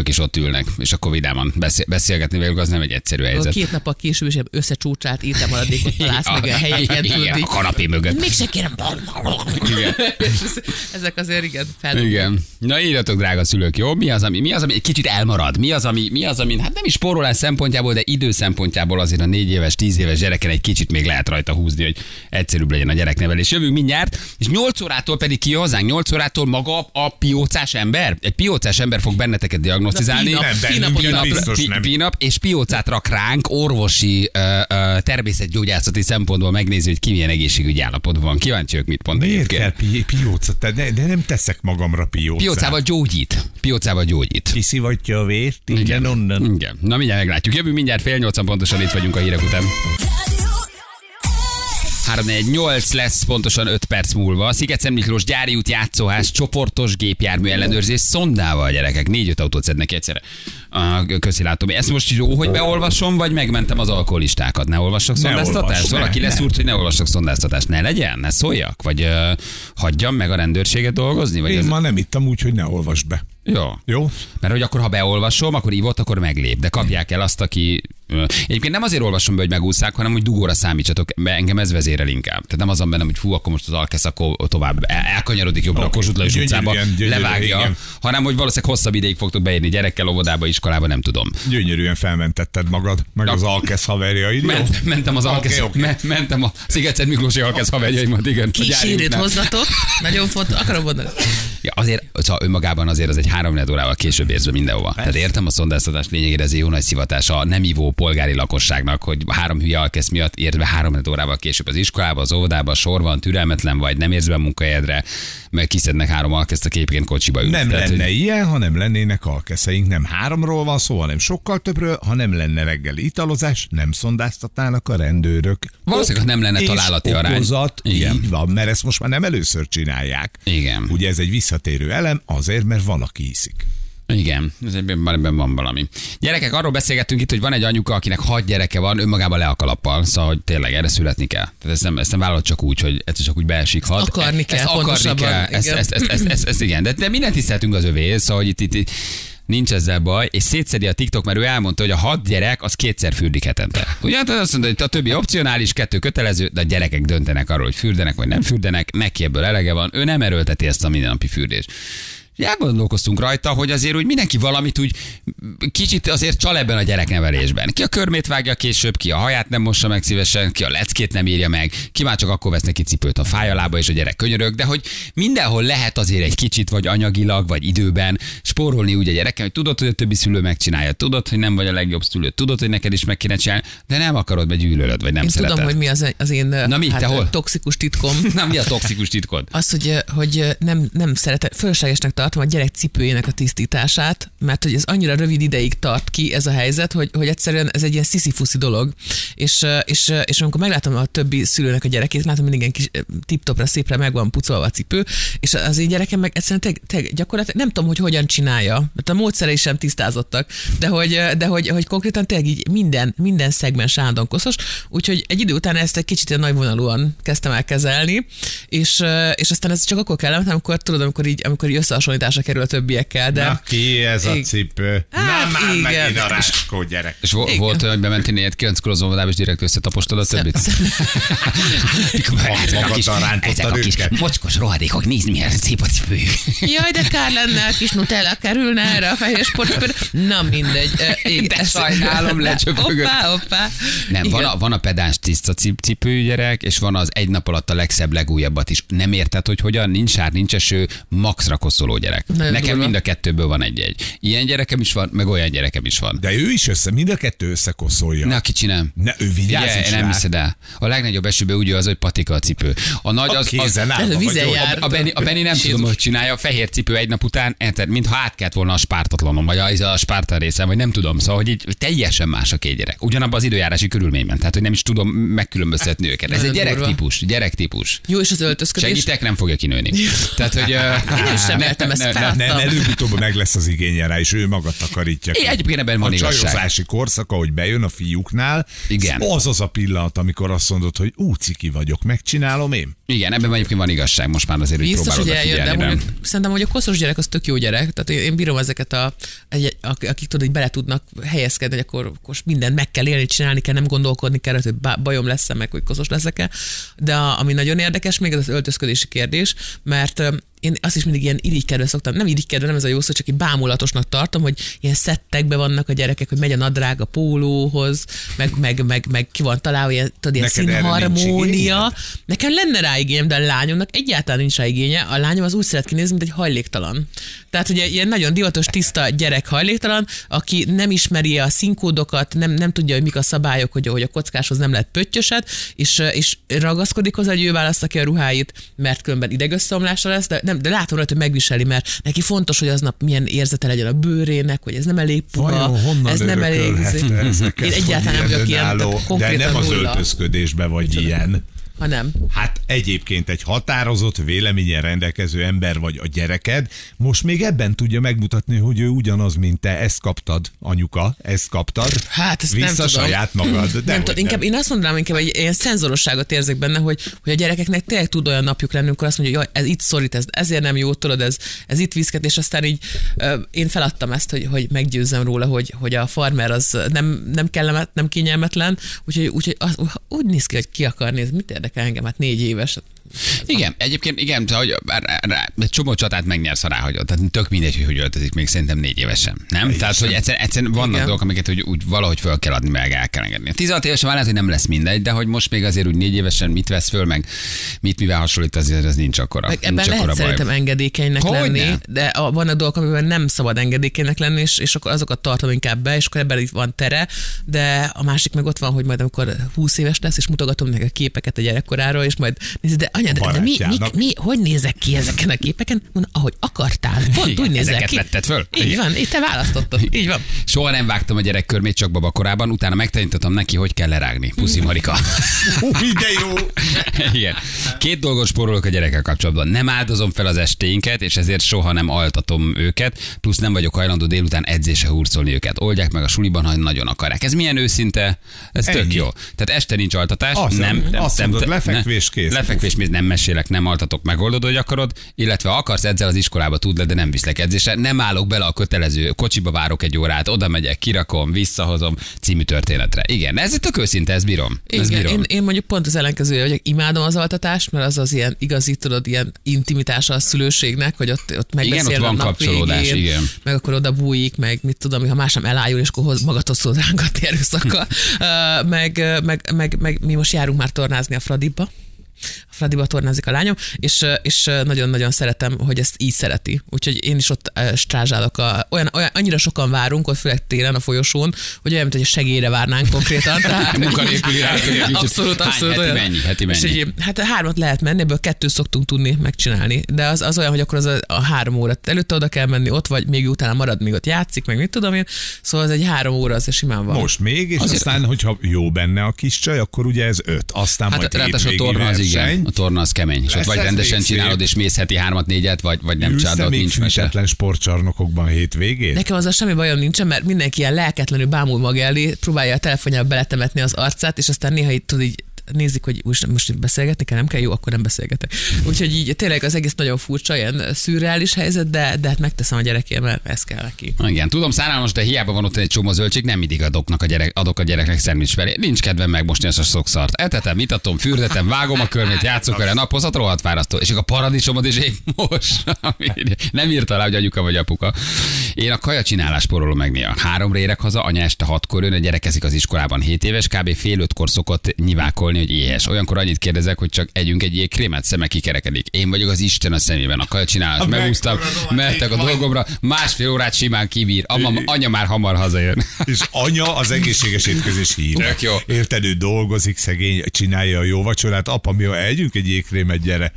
ülnek, és akkor vidáman beszél, beszélgetni velük, az nem egy egyszerű helyzet. Két nap a később összecsúcsált ételmaradékot találsz meg a helyeken. Igen, a kanapé mögött. Még se kérem. Igen. Ezek azért igen feldobják. Igen. Na írjatok, drága szülők, jó? Mi az, ami, mi az, ami egy kicsit elmarad? Mi az, ami, mi az, ami hát nem is spórolás szempontjából, de idő szempontjából azért a négy éves, tíz éves gyereken egy kicsit még lehet rajta húzni, hogy egyszerűbb legyen a gyereknevelés. Jövünk mindjárt, és nyolc órától pedig ki hozzánk, nyolc órától maga a piócás ember. Egy piócás ember fog benneteket diagnosztizálni. Pinap, és piócát rak ránk orvosi, uh, uh, természetgyógyászati szempontból megnézi, hogy ki milyen egészségügyi állapotban van. Kíváncsiak, mit pont. Miért kell pi- pióca? De, de nem teszek magamra piócát. Piócával gyógyít. Piócával gyógyít. Kiszivatja a vért, igen, onnan. Igen. Na mindjárt meglátjuk. Jövünk mindjárt fél nyolcan pontosan, itt vagyunk a hírek után. három négy nyolc lesz pontosan öt perc múlva. Sziget-Szent Miklós gyári út, játszóház, csoportos gépjármű ellenőrzés szondával, gyerekek. Négy-öt autót szednek egyszerre. Uh, köszi, látom. Ezt most jó, hogy beolvasom, vagy megmentem az alkoholistákat? Ne olvassak szondáztatást? Valaki leszúrt, hogy ne olvassak szondáztatást. Ne legyen? Ne szóljak? Vagy uh, hagyjam meg a rendőrséget dolgozni? Vagy Én az... ma nem ittam úgy, hogy ne olvasd be. Jó. Jó? Mert hogy akkor, ha beolvasom, akkor ívott, akkor meglép. De kapják el azt, aki... Egyébként nem azért olvasom be, hogy megúszszák, hanem hogy dugóra számítsatok. Engem ez vezérel inkább. Tehát nem azon bennem, hogy fú, akkor most az alkesz, akkor tovább elkanyarodik jobbra okay. a Kossuth Lajos utcába, levágja, igen. Hanem hogy valószínűleg hosszabb ideig fogtok beérni gyerekkel óvodába, iskolába, nem tudom. Gyönyörűen felmentetted magad, meg Na, az alkesz haverjaid. Ment, mentem az alkesz, okay, okay. Me, mentem a Sziget-Szent Miklósi alkesz haverjaimat, igen. Kísérőt hozzatok. Nagyon fontos, akarom mondani. Ja, azért, szóval önmagában azért az egy három órával később érsz be mindenhova. Tehát értem a szondáztatás lényegére, ez egy jó nagy szivatás a nem ivó polgári lakosságnak, hogy három hülye alkesz miatt érsz be három órával később az iskolába, az óvodába, sor van, türelmetlen vagy, nem érsz be a munkahelyedre, meg kiszednek három alkeszt, a képként kocsiba ült. Nem Tehát, lenne hogy... ilyen, ha nem lennének alkeszeink. Nem háromról van szó, hanem sokkal többről, ha nem lenne reggeli italozás, nem szondáztatnának a rendőrök. Valószínűleg nem lenne találati arány. Okozat, Igen. Így van, mert ezt most már nem először csinálják. Igen. Ugye ez egy visszatérő elem, azért, mert van, aki hiszik. Igen, ez ebben, ebben van valami. Gyerekek, arról beszélgettünk itt, hogy van egy anyuka, akinek hat gyereke van, önmagában le a kalappal, szóval hogy tényleg erre születni kell. Tehát ezt nem, ezt nem vállalod csak úgy, hogy ez csak úgy beesik hat. Ezt akarni kell, ezt akarni kell. Ezt, ezt, ezt, ezt, ezt, ezt, igen, de, de mindent tiszteltünk az övé, szóval hogy itt, itt, itt nincs ezzel baj, és szétszedi a TikTok, mert ő elmondta, hogy a hat gyerek az kétszer fürdik hetente. Ugye hát azt mondta, hogy a többi opcionális, kettő kötelező, de a gyerekek döntenek arról, hogy fürdenek vagy nem fürdenek, neki ebből elege van, ő nem erőlteti ezt a mindennapi fürdést. Elgondolkoztunk rajta, hogy azért úgy mindenki valamit úgy kicsit azért csal ebben a gyereknevelésben. Ki a körmét vágja később, ki a haját nem mossa meg szívesen, ki a leckét nem írja meg, ki már csak akkor vesz neki cipőt a fájalába, és a gyerek könyörög, de hogy mindenhol lehet azért egy kicsit, vagy anyagilag, vagy időben spórolni úgy a gyereken, hogy tudod, hogy a többi szülő megcsinálja, tudod, hogy nem vagy a legjobb szülő, tudod, hogy neked is meg kéne csinálni, de nem akarod, vagy gyűlölöd, vagy nem én szereted. Tudom, hogy mi az, az én Na mi, hát, te hol? toxikus titkom. Na mi a toxikus titkod? Az, hogy, hogy nem, nem szeretem, fölöslegesnek tartom a gyerek cipőjének a tisztítását, mert hogy ez annyira rövid ideig tart ki ez a helyzet, hogy, hogy egyszerűen ez egy ilyen sziszifuszi dolog, és, és, és amikor meglátom a többi szülőnek a gyerekét, látom, hogy igen kis tip-topra, szépre meg van pucolva a cipő, és az én gyerekem meg egyszerűen te, te, gyakorlatilag nem tudom, hogy hogyan csinálja, mert a módszerei sem tisztázottak, de hogy, de hogy, hogy konkrétan tényleg így minden, minden szegmens állandóan koszos, úgyhogy egy idő után ezt egy kicsit ilyen nagyvonalúan kezdtem el kezelni, és, és aztán ez csak akkor kellemetlen, amikor tudod, amikor így, amikor így összehasonlításra kerül a többiekkel. De... Na ki ez a cipő? Hát, Na már igen. megint a ráskó gyerek. És vo- volt olyan, hogy bementél négyed kilenckor az óvodába, és direkt összetapostad a többit? Magaddal rántottad őket. Mocskos rohadékok, nézd milyen szép a cipőjük. Jaj, de kár lenne, a kis Nutella kerülne erre a fehér sportcipőre. Na mindegy. De sajnálom, lecsöpögök. Hoppá, hoppá. Nem, van a, van a pedáns tiszta cipőjű gyerek, és van az egy nap alatt a legszebb, legújabbat is. Nem érted, hogy hogyan? Nincs sár, nincs eső, maxra koszoló gyerek. Nagyon Nekem durva. Mind a kettőből van egy-egy. Ilyen gyerekem is van, meg olyan gyerekem is van. De ő is össze, mind a kettő összekoszolja. Ne, kicsi nem. Ne, ő vigyázz is nem hiszed el. A legnagyobb esőben úgy az, hogy patika a cipő. A nagy az... A kézen az, állva, vízen vagy jár. a Benni, a Benni nem tudom, hogy csinálja, a fehér cipő egy nap után, mintha átkelt volna a spártatlanom, vagy a, a spárta részem, vagy nem tudom. Szóval, hogy így teljesen más a két gyerek. Ugyanabban az időjárási körülményben. Tehát, hogy nem is tudom megkülönböztetni őket. Ez egy gyerektípus, gyerektípus. Jó, és az öltözködés. Segítek, nem fogja kinőni. Tehát, hogy Én sem mertem ezt nem, feladtam. Nem, előbb-utóbb meg lesz az igénye rá, és ő maga takarítja ki. É, egyébként ebben van a igazság. csajozási korszak, ahogy bejön a fiúknál, Igen. az az a pillanat, amikor azt mondod, hogy ú, ciki vagyok, megcsinálom én. Igen, ebben egyébként van igazság, most már azért úgy Biztos, próbálod hogy eljön, de figyelni. mondjuk, szerintem, hogy a koszos gyerek az tök jó gyerek. Tehát én, én bírom ezeket, a, egy, akik tudod, hogy bele tudnak helyezkedni, hogy akkor, akkor mindent meg kell élni, csinálni kell, nem gondolkodni kell, hogy bajom lesz-e meg, hogy koszos leszek-e. De a, ami nagyon érdekes, még az az öltözködési kérdés, mert én azt is mindig ilyen irigykedve szoktam, nem irigykedve, nem ez a jó szó, csak így bámulatosnak tartom, hogy ilyen szettekben vannak a gyerekek, hogy megy a nadrág a pólóhoz, meg, meg, meg, meg ki van találva, ilyen, tudod, ilyen színharmónia. Nekem lenne rá igényem, de a lányomnak egyáltalán nincs rá igénye. A lányom az úgy szeret kinézni, mint egy hajléktalan. Tehát ugye ilyen nagyon divatos, tiszta gyerek hajléktalan, aki nem ismeri a színkódokat, nem, nem tudja, hogy mik a szabályok, hogy, hogy a kockáshoz nem lehet pöttyöset, és, és ragaszkodik hozzá, hogy ő választa ki a ruháit, mert különben idegösszeomlása lesz, de nem, de látom rajta, hogy megviseli, mert neki fontos, hogy aznap milyen érzete legyen a bőrének, hogy ez nem elég puha, ez nem elég. Én egyáltalán nem vagyok ilyen, de nem az öltözködésben vagy ilyen. Ha nem. Hát egyébként egy határozott véleményen rendelkező ember vagy a gyereked, most még ebben tudja megmutatni, hogy ő ugyanaz, mint te. Ezt kaptad, anyuka, ezt kaptad. Hát ezt Vissza nem tudom. saját magad. De nem tudom, inkább én azt mondanám, inkább egy ilyen szenzorosságot érzek benne, hogy, hogy a gyerekeknek tényleg tud olyan napjuk lenni, amikor azt mondja, hogy jaj, ez itt szorít, ez ezért nem jó, tudod, ez, ez itt viszket, és aztán így uh, én feladtam ezt, hogy, hogy meggyőzzem róla, hogy, hogy a farmer az nem, nem kellemet, nem kényelmetlen, úgyhogy, úgyhogy az, úgy néz ki, hogy ki akar nézni, mit érdekel engem, hát négy éves. Igen, egyébként igen, hogy egy csomó csatát megnyersz, ha ráhagyod. Tehát tök mindegy, hogy hogy öltözik, még szerintem négy évesen. Nem? Egy Tehát, sem. hogy egyszerűen, egyszerűen vannak Igen. dolgok, amiket úgy, úgy valahogy föl kell adni, meg el kell engedni. tizenhat évesen már lehet, hogy nem lesz mindegy, de hogy most még azért úgy négy évesen mit vesz föl, meg mit mivel hasonlít, azért ez nincs akkora. Meg ebben nincs lehet akkora baj. szerintem engedékenynek Hogyne? lenni, de a, vannak dolgok, amiben nem szabad engedékenynek lenni, és, és akkor azokat tartom inkább be, és akkor ebben itt van tere, de a másik meg ott van, hogy majd amikor húsz éves lesz, és mutogatom neki a képeket a gyerekkoráról, és majd nézd, de anya, de, de mi, mi, Barátjának. mi, hogy nézek ki ezeken a képeken? Mondom, ahogy akartál, pont Igen, úgy nézek ezeket ki. vetted föl? Így van, így te választottad. Így van. Soha nem vágtam a gyerek körmét, csak baba korában, utána megtanítottam neki, hogy kell lerágni. Puszi Marika. Hú, de jó! Igen. Két dolgot spórolok a gyerekkel kapcsolatban. Nem áldozom fel az estéinket, és ezért soha nem altatom őket, plusz nem vagyok hajlandó délután edzésre hurcolni őket. Oldják meg a suliban, ha nagyon akarják. Ez milyen őszinte? Ez tök Ennyi. jó. Tehát este nincs altatás. Azt nem, nem, nem, azt nem, mondod, nem, lefekvés, kész. Lefekvés, kész, nem mesélek, nem altatok, megoldod, hogy akarod, illetve akarsz edzel az iskolába, tud le, de nem viszlek edzésre. Nem állok bele a kötelező, kocsiba várok egy órát, oda megyek, kirakom, visszahozom című történetre. Igen, ez tök őszinte, ez bírom. Ez Igen, bírom. én, én mondjuk pont az ellenkezője vagyok, imádom az altatást, mert az az ilyen igazi, tudod, ilyen intimitása a szülőségnek, hogy ott, ott megbeszél ott van a nap kapcsolódás, végén, igen. meg akkor oda bújik, meg mit tudom, ha más nem elájul, és akkor hoz magadhoz hoz rángatni erőszakkal. uh, meg, meg, meg, meg, mi most járunk már tornázni a Fradiba. A Fradiba tornázik a lányom, és, és nagyon-nagyon szeretem, hogy ezt így szereti. Úgyhogy én is ott strázsálok. A, olyan, olyan, annyira sokan várunk, ott főleg télen a folyosón, hogy olyan, mint hogy a segélyre várnánk konkrétan. Tehát, Munkanélküli rátok, abszolút, abszolút. Hány, heti olyan. mennyi, heti mennyi? És így, hát hármat lehet menni, ebből kettőt szoktunk tudni megcsinálni. De az, az olyan, hogy akkor az a, a három óra előtte oda kell menni, ott vagy, még utána marad, még ott játszik, meg mit tudom én. Szóval ez egy három óra, az simán van. Most még, és Azért- aztán, hogyha jó benne a kis csaj, akkor ugye ez öt. Aztán Hát majd ráadásul a hétvégi torna az igen, verseny. a torna az kemény. És ott Lesz vagy ez rendesen még szép. csinálod, és mész heti hármat, négyet, vagy, vagy nem Ülsz te csinálod, még nincs mese. fűtetlen sportcsarnokokban hétvégén? Nekem azzal semmi bajom nincsen, mert mindenki ilyen lelketlenül bámul maga elé, próbálja a telefonjába beletemetni az arcát, és aztán néha így, tud, így nézik, hogy most, most itt beszélgetni kell, nem kell, jó, akkor nem beszélgetek. Úgyhogy így tényleg az egész nagyon furcsa, ilyen szürreális helyzet, de, de hát megteszem a gyerekért, mert ez kell neki. Igen, tudom, szánalmas, de hiába van ott egy csomó zöldség, nem mindig adoknak a gyerek, adok a gyereknek szendvics felé. Nincs kedvem megmosni ezt a szokszart. Etetem, itatom, fürdetem, vágom a körmét, játszok vele, napozhat rohadt fárasztó. És akkor a paradicsomot is én most. Nem írta rá, hogy anyuka vagy apuka. Én a kaja csinálás porolom meg néha. Háromra érek haza, anya este hatkor jön, a gyerekezik az iskolában hét éves, kb. Fél ötkor szokott nyivákolni, hogy éhes. Olyankor annyit kérdezek, hogy csak együnk egy jégkrémet, szeme kikerekedik. Én vagyok az Isten a szemében. A kaja csinálás megúsztam, mehetek a dolgomra, másfél órát simán kibír. Ama, anya már hamar hazajön. És anya az egészséges étkezés híve. Tök jó. Érted, ő dolgozik, szegény, csinálja a jó vacsorát. Apa, mi együnk egy jégkrémet, gyere.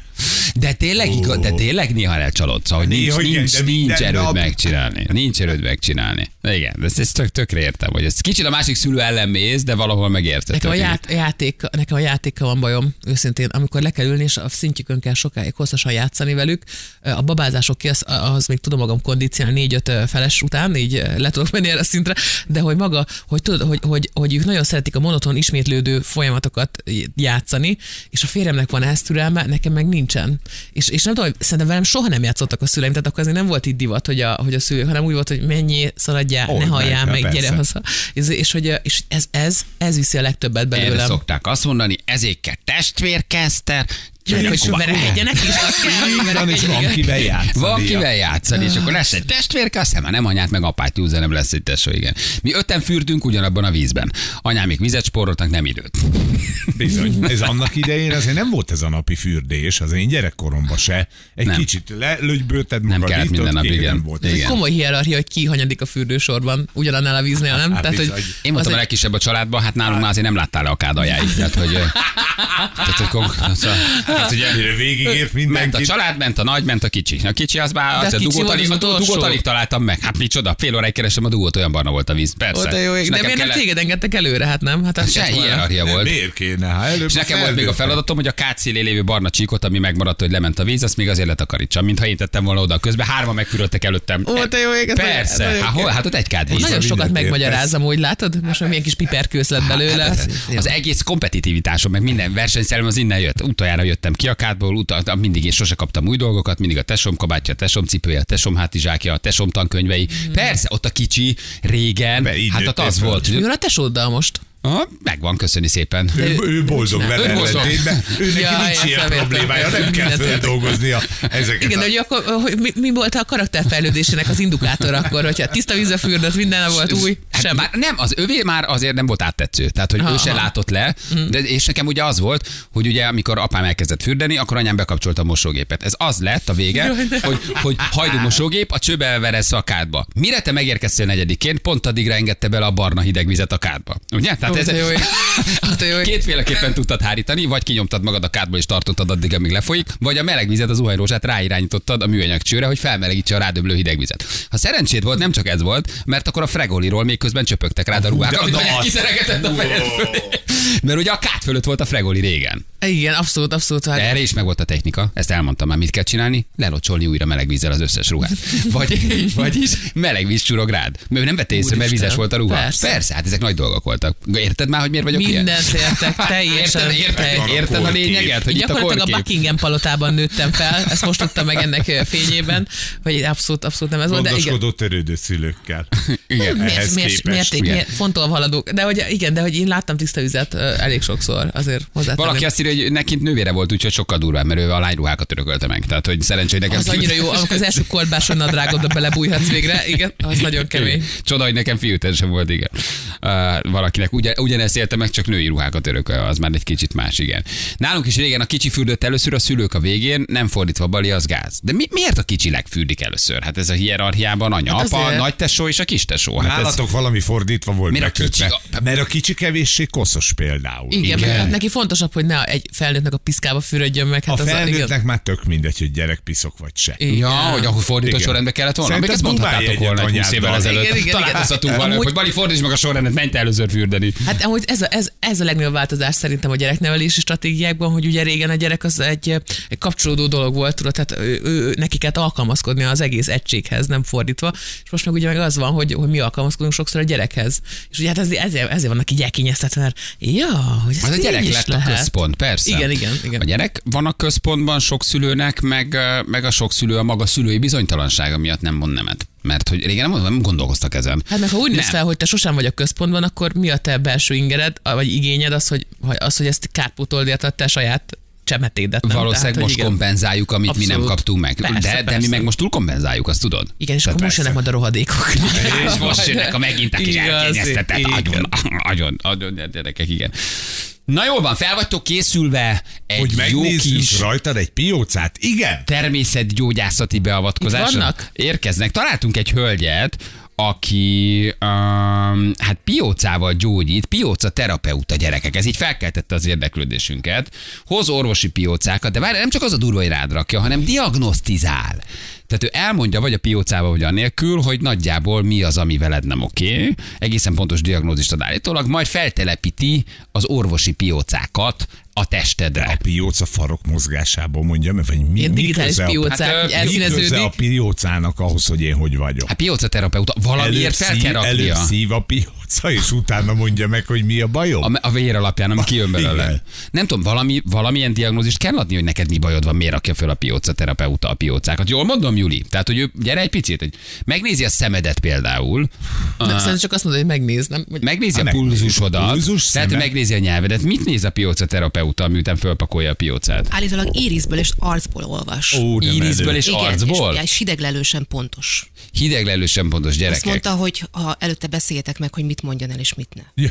De tényleg, igaz, de tényleg néha lecsalodsz, hogy nincs, Néha igen, nincs, de nincs minden erőd nap. megcsinálni. Nincs erőd megcsinálni. De igen, de ezt, ezt tök, tökre értem, hogy ez kicsit a másik szülő ellen mész, de valahol megérted. Nekem a, Tök ját, játék, nekem a játékkal van bajom, őszintén, amikor le kell ülni, és a szintjükön kell sokáig hosszasan játszani velük. A babázások ki, az, az még tudom magam kondicionálni négy-öt feles után, így le tudok menni erre a szintre, de hogy maga, hogy tudod, hogy, hogy, hogy ők nagyon szeretik a monoton ismétlődő folyamatokat játszani, és a férjemnek van ezt türelme, nekem meg nincsen. És, és nem tudom, szerintem velem soha nem játszottak a szüleim, tehát akkor azért nem volt itt divat, hogy a, hogy a szülők, hanem úgy volt, hogy mennyi, szaladjál, Old ne halljál meg, meg, persze. gyere haza. És, és, hogy, és ez, ez, ez viszi a legtöbbet Erre belőlem. szokták azt mondani, ezért kell testvérkeszter, Gyerek, hogy verekedjenek is, azt kell, hogy Így van, és verekedjenek. van kivel játszani. van kivel játszani, és akkor lesz egy testvérke, aztán már nem anyát meg apát húzza, nem lesz egy tesó, igen. Mi öten fürdünk ugyanabban a vízben. Anyámék vizet spóroltak, nem időt. Bizony. Ez annak idején azért nem volt ez a napi fürdés, az én gyerekkoromban se. Egy Nem. kicsit lelögybölted magad, Nem kellett itt, minden ott nap, kék, igen. nem volt. Igen. Komoly hierarchia, hogy ki hanyadik a fürdősorban, ugyanannál a víznél, nem? Hát Tehát, hogy bizony. Én voltam az a legkisebb a családban, hát nálunk már azért nem láttál le a kádajáig. Tehát, hogy, tehát, hogy konkrétan, hát, ugye, Mire végigért ment a mindenki. család, ment a nagy, ment a kicsi. A kicsi az már, De az a a kicsi dugót volt alig, az a dugót utolsó. alig találtam meg. Hát micsoda, fél óráig kerestem a dugót, olyan barna volt a víz. Persze. Ó, de jó, És de nekem miért nem kellett- téged engedtek előre? Hát nem? Hát az Se kellett volna. hierarchia volt. Miért kéne? Hát előbb És nekem volt még a feldőltek. feladatom, hogy a kátszélé lévő barna csíkot, ami megmaradt, hogy lement a víz, azt még azért letakarítsam, mintha én tettem volna oda. Közben hárman megfürödtek előttem. Ó, te jó ég, ez Persze. nagyon- Hát, hol, hát ott egy kád víz. Nagyon sokat mindent megmagyarázom, úgy látod? Most már milyen kis piperkősz lett belőle. Hát, az egész kompetitivitásom, meg minden versenyszerelem az innen jött. Utoljára jöttem ki a kádból, utal, mindig én sose kaptam új dolgokat, mindig a tesom kabátja, a tesom cipője, a tesom hátizsákja, a tesom tankönyvei. Persze, ott a kicsi, régen, Be, így hát ott nőttél az fel. volt. Mi Hogy, van a tesóddal most? aha, megvan, köszöni szépen. Ő, ő boldog vele Ő boldog. ellentétben. Ő neki Jaj, nincs ilyen értem, értem. problémája, nem kell Mindent értek. földolgoznia ezeket. Igen, a... de hogy akkor, hogy mi, mi volt a karakterfejlődésének az indikátor akkor, hogyha tiszta vízbe fürdött, minden volt új, Hát sem. már nem, az övé már azért nem volt áttetsző. Tehát, hogy Aha, ő se aha. látott le, de, és nekem ugye az volt, hogy ugye amikor apám elkezdett fürdeni, akkor anyám bekapcsolta a mosógépet. Ez az lett a vége, Jaj, de- hogy, hogy hajdu mosógép, a csőbe elveresz a kádba. Mire te megérkeztél negyediként, pont addigra engedte bele a barna hideg vizet a kádba. Ugye? Tehát Ó, ez te jó ég. Ó, te jó ég. kétféleképpen tudtad hárítani, vagy kinyomtad magad a kádból és tartottad addig, amíg lefolyik, vagy a meleg vizet, az uhajrózsát ráirányítottad a műanyag csőre, hogy felmelegítse a rádömlő hideg vizet. Ha szerencséd volt, nem csak ez volt, mert akkor a fregoliról még közben csöpögtek rád a ruhák, De- amit de anyád az- kiszeregetett a fejed fölé. Mert ugye a kád fölött volt a fregoli régen. Igen, abszolút, abszolút. De Hát, erre is meg volt a technika, ezt elmondtam már, mit kell csinálni, lelocsolni újra meleg vízzel az összes ruhát. Vagy, vagyis meleg víz csurog rád. Mert ő nem vette észre, mert Úristen, vizes volt a ruha. persze. Persze, hát ezek nagy dolgok voltak. Érted már, hogy miért vagyok ilyen? mindent értek, teljesen. Érted, érted, teljesen. érted a lényeget, hogy itt a Gyakorlatilag a korkép? Buckingham palotában nőttem fel, ezt most tudtam meg ennek fényében, hogy abszolút, abszolút nem ez volt, de igen. Gondoskodó törődő szülőkkel. Igen. Ehhez Miért, képest. miért, igen. miért, fontolva haladók. De hogy igen, de hogy én láttam tiszta vizet ö, elég sokszor, azért hozzátenném. Valaki azt írja, hogy neki nővére volt, úgyhogy sokkal durvább, mert ő a lányruhákat örökölte meg. Tehát, hogy szerencsé, hogy nekem Az annyira jó, amikor az első kolbáson nadrágodba belebújhatsz végre, igen, az nagyon kemény. Csoda, hogy nekem fiúten sem volt, igen. Uh, valakinek ugyan, ugyanezt élte meg, csak női ruhákat örököl, az már egy kicsit más, igen. Nálunk is régen a kicsi fürdött először, a szülők a végén, nem fordítva, Bali, az gáz. De mi, miért a kicsi legfürdik először? Hát ez a hierarchiában anya, Hát apa, azért. nagy tesó és a kis tesó. Hát ez... Nálatok valami fordítva volt Miért a bekötve. kicsi- Mert a kicsi kevéssé koszos például. Igen, Igen. igen. Hát neki fontosabb, hogy ne egy felnőttnek a piszkába fürödjön meg. Hát A az felnőttnek igen. már tök mindegy, hogy gyerek piszok vagy se. Igen. Ja, hogy ahol fordító Igen. sorrendbe kellett volna. Még Szerintem ezt mondhattátok Dubáj volna egy egyet húsz évvel anyáddal. ezelőtt. Igen, igen, igen. Találkozhatunk volna, Amúgy- hogy Bali, fordítsd meg a sorrendet, menj te először fürdeni. Hát amúgy ez a, ez, ez a legnagyobb változás szerintem a gyereknevelési stratégiákban, hogy ugye régen a gyerek az egy, egy kapcsolódó dolog volt, tudod, tehát ő, ő, neki kellett alkalmazkodni az egész egységhez, nem fordítva, és most meg ugye meg az van, hogy, hogy mi alkalmazkodunk sokszor a gyerekhez. És ugye hát ez, ezért, ezért vannak így elkényeztetve, mert ja, hogy ez Az a így gyerek is lett lehet. a központ, persze. Igen, igen, igen. A gyerek van a központban sok szülőnek, meg, meg a sok szülő a maga szülői bizonytalansága miatt nem mond nemet. Mert hogy régen nem, nem gondolkoztak ezen. Hát meg ha úgy néz Nem. fel, hogy te sosem vagy a központban, akkor mi a te belső ingered, vagy igényed az, hogy, hogy az, hogy ezt kárpótold a te saját csemetédet. Nem? Valószínűleg Tehát, most hogy igen. kompenzáljuk, amit mi nem Abszolút. kaptunk meg. Persze, de, de mi persze. meg most túl kompenzáljuk, azt tudod? Igen, és Tehát akkor most persze. jönnek majd a rohadékok. És most jönnek a megint a kis Igazi, elkényeztetett igen. agyon, agyon, agyon, gyerekek, igen. Na jól van, fel vagytok készülve egy Hogy jó megnézzünk kis rajtad egy piócát? Igen. természetgyógyászati beavatkozásra. Itt vannak? Érkeznek. Találtunk egy hölgyet, aki um, hát piócával gyógyít, pióca terapeuta gyerekek. Ez így felkeltette az érdeklődésünket. Hoz orvosi piócákat, de várj, nem csak az a durva, hogy rád rakja, hanem diagnosztizál. Tehát ő elmondja, vagy a piócával, vagy anélkül, hogy nagyjából mi az, ami veled nem oké. Egészen pontos diagnózist ad állítólag, majd feltelepíti az orvosi piócákat a testedre. A pióca farok mozgásából mondja, mert vagy mi, Ilyen mi digitális köze a, piócák, hát, hogy mi mi köze elszíneződik. a piócának ahhoz, hogy én hogy vagyok? Hát pióca terapeuta, valamiért fel kell raknia. Előbb szív a pióca, és utána mondja meg, hogy mi a bajom. A, a vér alapján, ami kijön belőle. Igen. Nem tudom, valami, valamilyen diagnózist kell adni, hogy neked mi bajod van, miért rakja föl a pióca terapeuta a piócákat. Jól mondom, Juli? Tehát, hogy ő, gyere egy picit, hogy megnézi a szemedet például. Nem, szerintem csak azt mondod, hogy megnéz, nem? Hogy Megnézi a megnézi. pulzusodat, Pulzus, tehát hogy szeme. megnézi a nyelvedet. Mit néz a pióca terapeuta, miután fölpakolja a piócát? Állítólag írisből és arcból olvas. Ó, de Írisből menő. és Igen, arcból? és, és hideglelősen pontos. Hideglelősen pontos Azt gyerekek. mondta, hogy ha előtte beszéljetek meg, hogy mit mondjon el és mit ne.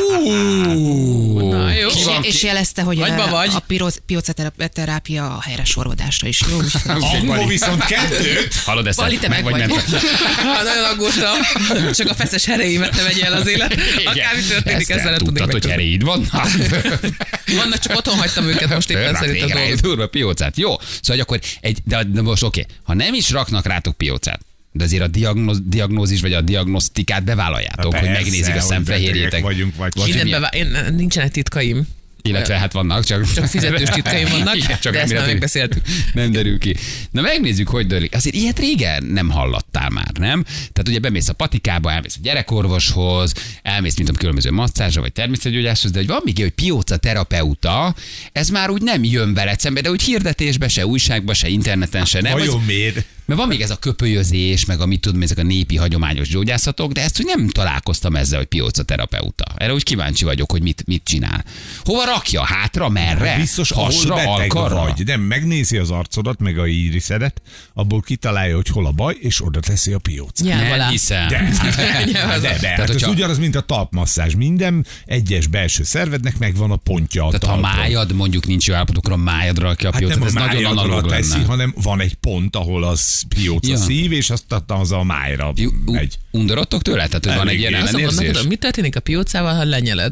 Ú, Na, jó. ki van, És ki? jelezte, hogy Nagyba a, vagy. a piroz- piócaterápia a helyre sorvadásra is jó. Angol viszont kettőt. Hallod ezt? Bali, te meg vagy. mentve. Ha, nagyon aggódtam. Csak a feszes heréimet ne vegye el az élet. Akármi történik, Ezt ezzel nem nem tudnék tudtad, hogy megközelíteni. heréid vannak. Vannak, csak otthon hagytam őket most éppen Fölrak szerintem végre egy dolgozni. durva piócát. Jó, szóval hogy akkor egy, de, de most oké, ha nem is raknak rátok piócát, de azért a diagnóz, diagnózis vagy a diagnosztikát bevállaljátok, hogy Persze, megnézik a hogy szemfehérjétek. betegek vagyunk, vagy Vagy Minden mi- bevá... Én, nincsenek titkaim. Illetve hát vannak, csak, Csak fizetős titkaim vannak, Igen, csak de ezt emiatt, már hogy megbeszéltük. Nem derül ki. Na megnézzük, hogy dőlik. Azért ilyet régen nem hallottál már, nem? Tehát ugye bemész a patikába, elmész a gyerekorvoshoz, elmész, mint a különböző masszázsra vagy természetgyógyászhoz, de hogy van még egy, hogy pióca terapeuta, ez már úgy nem jön veled szembe, de úgy hirdetésbe, se újságba, se interneten, se nem. Vajon Ez- miért? Mert van még ez a köpölyözés, meg amit tudom, ezek a népi hagyományos gyógyászatok, de ezt úgy nem találkoztam ezzel, hogy pióca terapeuta. Erre úgy kíváncsi vagyok, hogy mit, mit csinál. Hova rakja? Hátra? Merre? Biztos, ahol Hasra? beteg Alkarra? vagy. Nem, megnézi az arcodat, meg a íriszedet, abból kitalálja, hogy hol a baj, és oda teszi a piócát. Nyelv Nem alá. hiszem. De, de, de, de Tehát, hát ez hogyha- ugyanaz, mint a talpmasszázs. Minden egyes belső szervednek megvan a pontja a Tehát ha a talpon. májad mondjuk nincs jó állapotokra, a májadra rakja a Hát piócát, nem a ez nagyon májadra analóg teszi, lenne. hanem van egy pont, ahol az pióca Ja. szív, és azt az a májra Jú, ú- megy. Undorodtok tőle? Tehát, hogy van egy Eléggé. ilyen Azt mondom, ellenérzés? tudom, mi történik a piócával, ha lenyeled?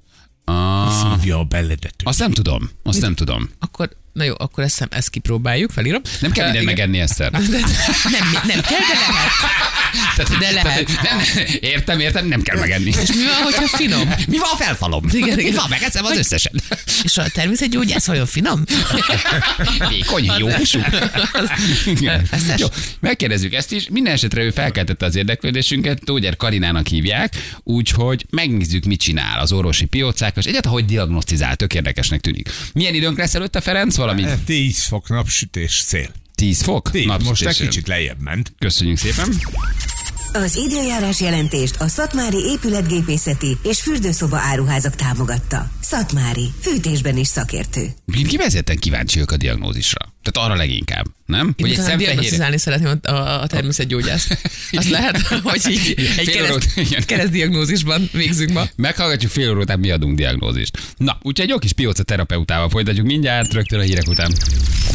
Ah, Szívja a beledet. azt nem tudom, azt nem tudom. Akkor, na jó, akkor ezt, ezt kipróbáljuk, felírom. Nem kell Uh, mindent igen. megenni, Eszter. Nem, nem kell, de lehet. Tehát, De lehet. Tehát, nem, értem, értem, nem kell megenni. És mi van, hogyha finom? Mi van, felfalom? Igen, igen. Mi van, megeszem az összeset. És a természetgyógyász olyan finom? Vékony, jó húsú. Igen. Feszes. Jó, megkérdezzük ezt is. Minden esetre ő felkeltette az érdeklődésünket, Tógyer Karinának hívják, úgyhogy megnézzük, mit csinál az orvosi piócákkal, és egyáltalán hogy diagnosztizál, tök érdekesnek tűnik. Milyen időnk lesz előtte, Ferenc? Valami tíz fok napsütés szél. tíz fok? Tíz, most Napsütés. egy kicsit lejjebb ment. Köszönjük szépen. Az időjárás jelentést a Szatmári épületgépészeti és fürdőszoba áruházak támogatta. Szatmári, fűtésben is szakértő. Én kifejezetten kíváncsi vagyok a diagnózisra. Tehát arra leginkább, nem? Én utána diagnosztizálni szeretném a, a, a természetgyógyászt. Azt lehet, hogy így egy Fél kereszt, óra- igen. keresztdiagnózisban végzünk ma. Meghallgatjuk fél óra után, mi adunk diagnózist. Na, úgyhogy egy jó kis pióca terapeutával folytatjuk mindjárt, rögtön a hírek után.